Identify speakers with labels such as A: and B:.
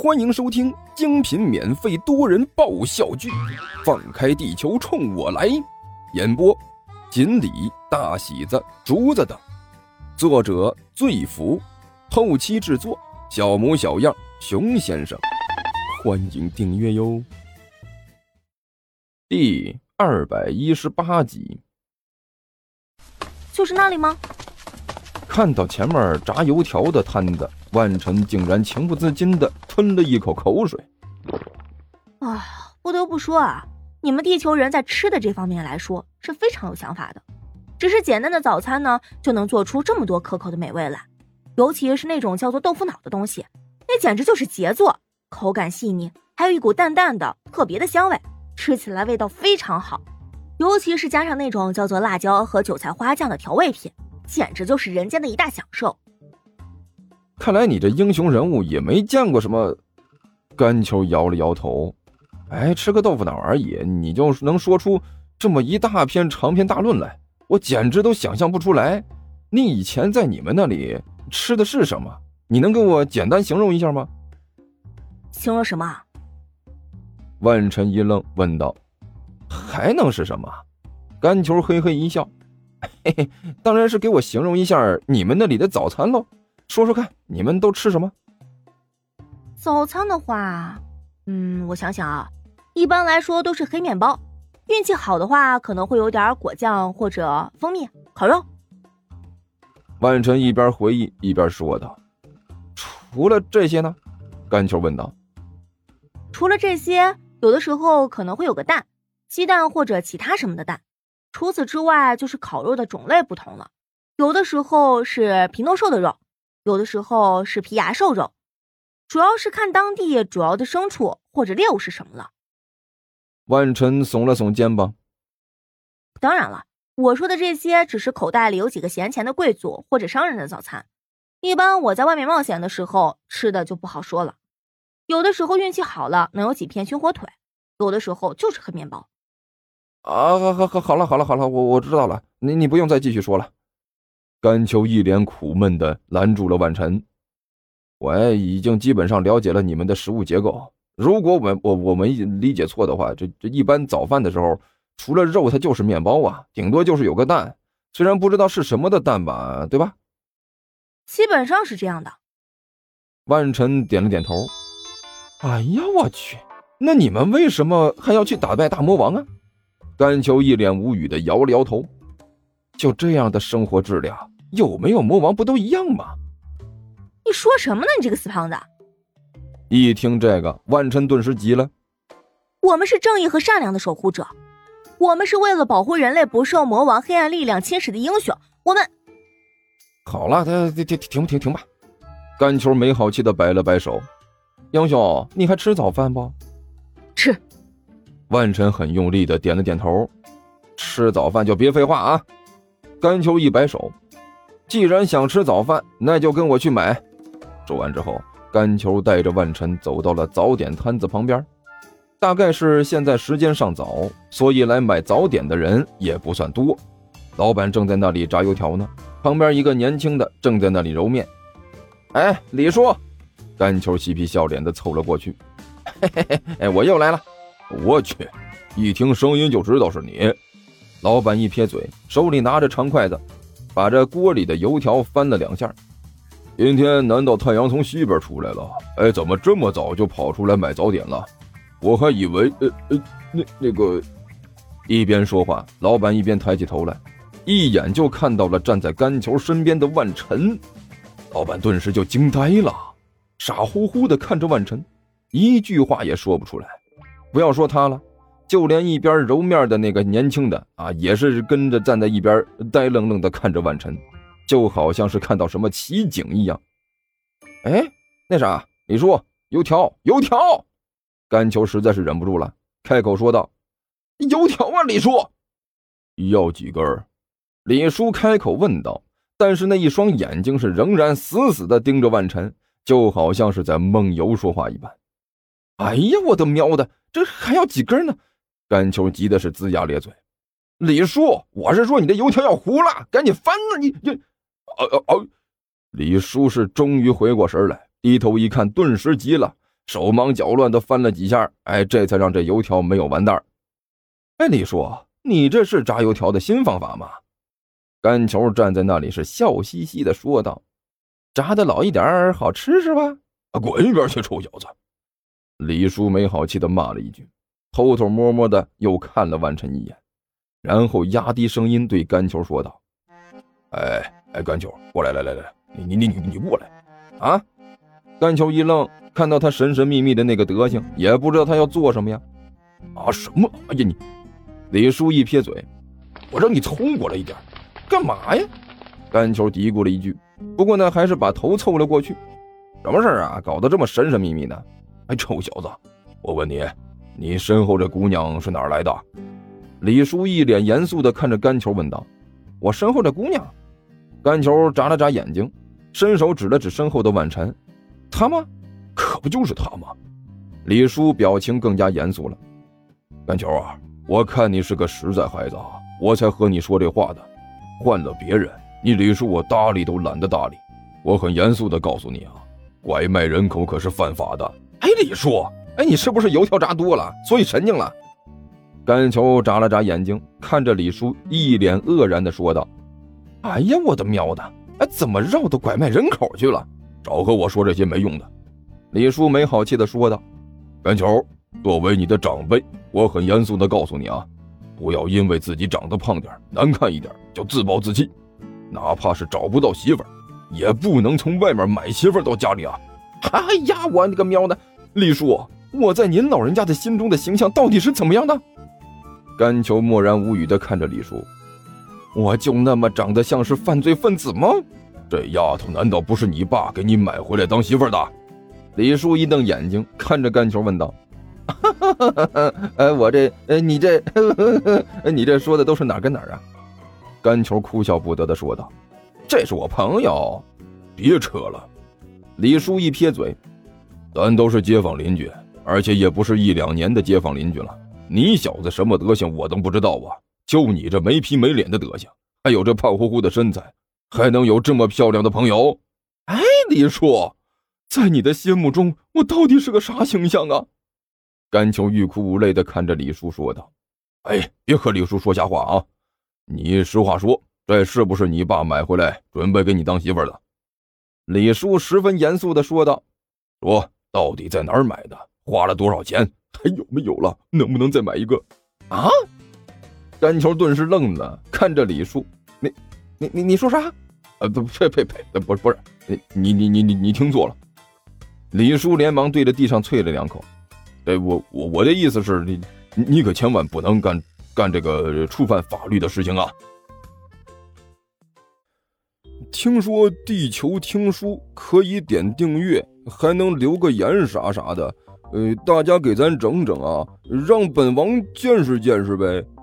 A: 欢迎收听精品免费多人爆笑剧《放开地球冲我来》，演播锦鲤、大喜子、竹子等，作者醉福，后期制作小模小样、熊先生。欢迎订阅哟。第218集。
B: 就是那里吗？
A: 看到前面炸油条的摊子，万晨竟然情不自禁地吞了一口口水。
B: 不得不说啊，你们地球人在吃的这方面来说是非常有想法的。只是简单的早餐呢，就能做出这么多可口的美味来。尤其是那种叫做豆腐脑的东西，那简直就是杰作，口感细腻，还有一股淡淡的特别的香味，吃起来味道非常好。尤其是加上那种叫做辣椒和韭菜花酱的调味品，简直就是人间的一大享受。
A: 看来你这英雄人物也没见过什么。甘秋摇了摇头，吃个豆腐脑而已，你就能说出这么一大篇长篇大论来，我简直都想象不出来。你以前在你们那里吃的是什么？你能给我简单形容一下吗？
B: 形容什么啊？
A: 万晨一愣，问道。还能是什么？甘秋嘿嘿一笑，嘿嘿，当然是给我形容一下你们那里的早餐喽。说说看，你们都吃什么？
B: 早餐的话，我想想啊，一般来说都是黑面包，运气好的话可能会有点果酱或者蜂蜜、烤肉。
A: 万晨一边回忆一边说道。除了这些呢？甘秋问道。
B: 除了这些，有的时候可能会有个蛋，鸡蛋或者其他什么的蛋。除此之外就是烤肉的种类不同了，有的时候是皮诺兽的肉，有的时候是皮牙兽肉，主要是看当地主要的牲畜或者猎物是什么了。
A: 万晨耸了耸肩膀。
B: 当然了，我说的这些只是口袋里有几个闲钱的贵族或者商人的早餐，一般我在外面冒险的时候吃的就不好说了。有的时候运气好了能有几片熏火腿，有的时候就是黑面包。
A: 好了，我知道了，你不用再继续说了。甘秋一脸苦闷地拦住了万晨。我已经基本上了解了你们的食物结构，如果我没理解错的话，这一般早饭的时候除了肉它就是面包啊，顶多就是有个蛋，虽然不知道是什么的蛋吧，对吧？
B: 基本上是这样的。
A: 万晨点了点头。哎呀我去，那你们为什么还要去打败大魔王啊？甘秋一脸无语地摇了摇头。就这样的生活质量，有没有魔王不都一样吗？
B: 你说什么呢，你这个死胖子！
A: 一听这个，万晨顿时急了。
B: 我们是正义和善良的守护者，我们是为了保护人类不受魔王黑暗力量侵蚀的英雄，我们……
A: 好了，停吧。甘秋没好气地摆了摆手。英雄，你还吃早饭不？
B: 吃。
A: 万晨很用力地点了点头。吃早饭就别废话啊！甘秋一摆手，既然想吃早饭，那就跟我去买。说完之后，甘秋带着万晨走到了早点摊子旁边。大概是现在时间尚早，所以来买早点的人也不算多。老板正在那里炸油条呢，旁边一个年轻的正在那里揉面。李叔！甘秋嬉皮笑脸的凑了过去。我又来了。我去，一听声音就知道是你。老板一撇嘴，手里拿着长筷子，把这锅里的油条翻了2下。今天难道太阳从西边出来了？怎么这么早就跑出来买早点了？我还以为那个。一边说话，老板一边抬起头来，一眼就看到了站在甘球身边的万晨。老板顿时就惊呆了，傻乎乎地看着万晨，一句话也说不出来。不要说他了，就连一边揉面的那个年轻的也是跟着站在一边呆愣愣地看着万晨，就好像是看到什么奇景一样。那啥，李叔，油条！甘秋实在是忍不住了，开口说道。油条啊，李叔！要几根？李叔开口问道，但是那一双眼睛是仍然死死地盯着万晨，就好像是在梦游说话一般。哎呀，我的喵的，这还要几根呢？甘秋急的是龇牙咧嘴。李叔，我是说你的油条要糊了，赶紧翻了你！李叔是终于回过神来，低头一看，顿时急了， 手忙脚乱的翻了几下，这才让这油条没有完蛋。李叔，你这是炸油条的新方法吗？甘球站在那里是笑嘻嘻的说道：炸的老一点好吃是吧？滚一边去，臭小子！李叔没好气的骂了一句，偷偷摸摸的又看了万晨一眼，然后压低声音对甘球说道：甘球，过来，来，你过来啊！甘球一愣，看到他神神秘秘的那个德行，也不知道他要做什么呀。什么？你！李叔一撇嘴，我让你冲过来一点，干嘛呀？甘球嘀咕了一句，不过呢，还是把头凑了过去。什么事啊？搞得这么神神秘秘的？臭小子，我问你，你身后这姑娘是哪儿来的？李叔一脸严肃地看着甘球问道。我身后这姑娘？甘球眨了眨眼睛，伸手指了指身后的万晨。他吗？可不就是他吗？李叔表情更加严肃了。甘球啊，我看你是个实在孩子啊，我才和你说这话的。换了别人，你李叔我搭理都懒得搭理。我很严肃地告诉你啊，拐卖人口可是犯法的。李叔，你是不是油条炸多了，所以神经了？甘球眨了眨眼睛，看着李叔，一脸愕然地说道：哎呀，我的喵的，怎么绕到拐卖人口去了？少和我说这些没用的。李叔没好气地说道：甘球，作为你的长辈，我很严肃地告诉你啊，不要因为自己长得胖点难看一点就自暴自弃，哪怕是找不到媳妇儿，也不能从外面买媳妇儿到家里啊。哎呀，我那个喵的，李叔，我在您老人家的心中的形象到底是怎么样的？甘球默然无语地看着李叔，我就那么长得像是犯罪分子吗？这丫头难道不是你爸给你买回来当媳妇儿的？李叔一瞪眼睛，看着甘球问道：我这你这你这说的都是哪儿跟哪儿啊？甘球哭笑不得地说道：这是我朋友。别扯了。李叔一撇嘴：咱都是街坊邻居，而且也不是1、2年的街坊邻居了，你小子什么德行我都不知道啊，就你这没皮没脸的德行，还有这胖乎乎的身材，还能有这么漂亮的朋友？李叔，在你的心目中我到底是个啥形象啊？甘球欲哭无泪地看着李叔说道：别和李叔说瞎话啊，你实话说，这是不是你爸买回来准备给你当媳妇儿的？李叔十分严肃地说道：说到底在哪儿买的，花了多少钱，还有没有了，能不能再买一个啊？甘球顿时愣了，看着李叔：你说啥？不是，你听错了。李叔连忙对着地上啐了2口。我的意思是你可千万不能干这个触犯法律的事情啊。听说地球听书可以点订阅，还能留个言啥啥的，大家给咱整整啊，让本王见识见识呗。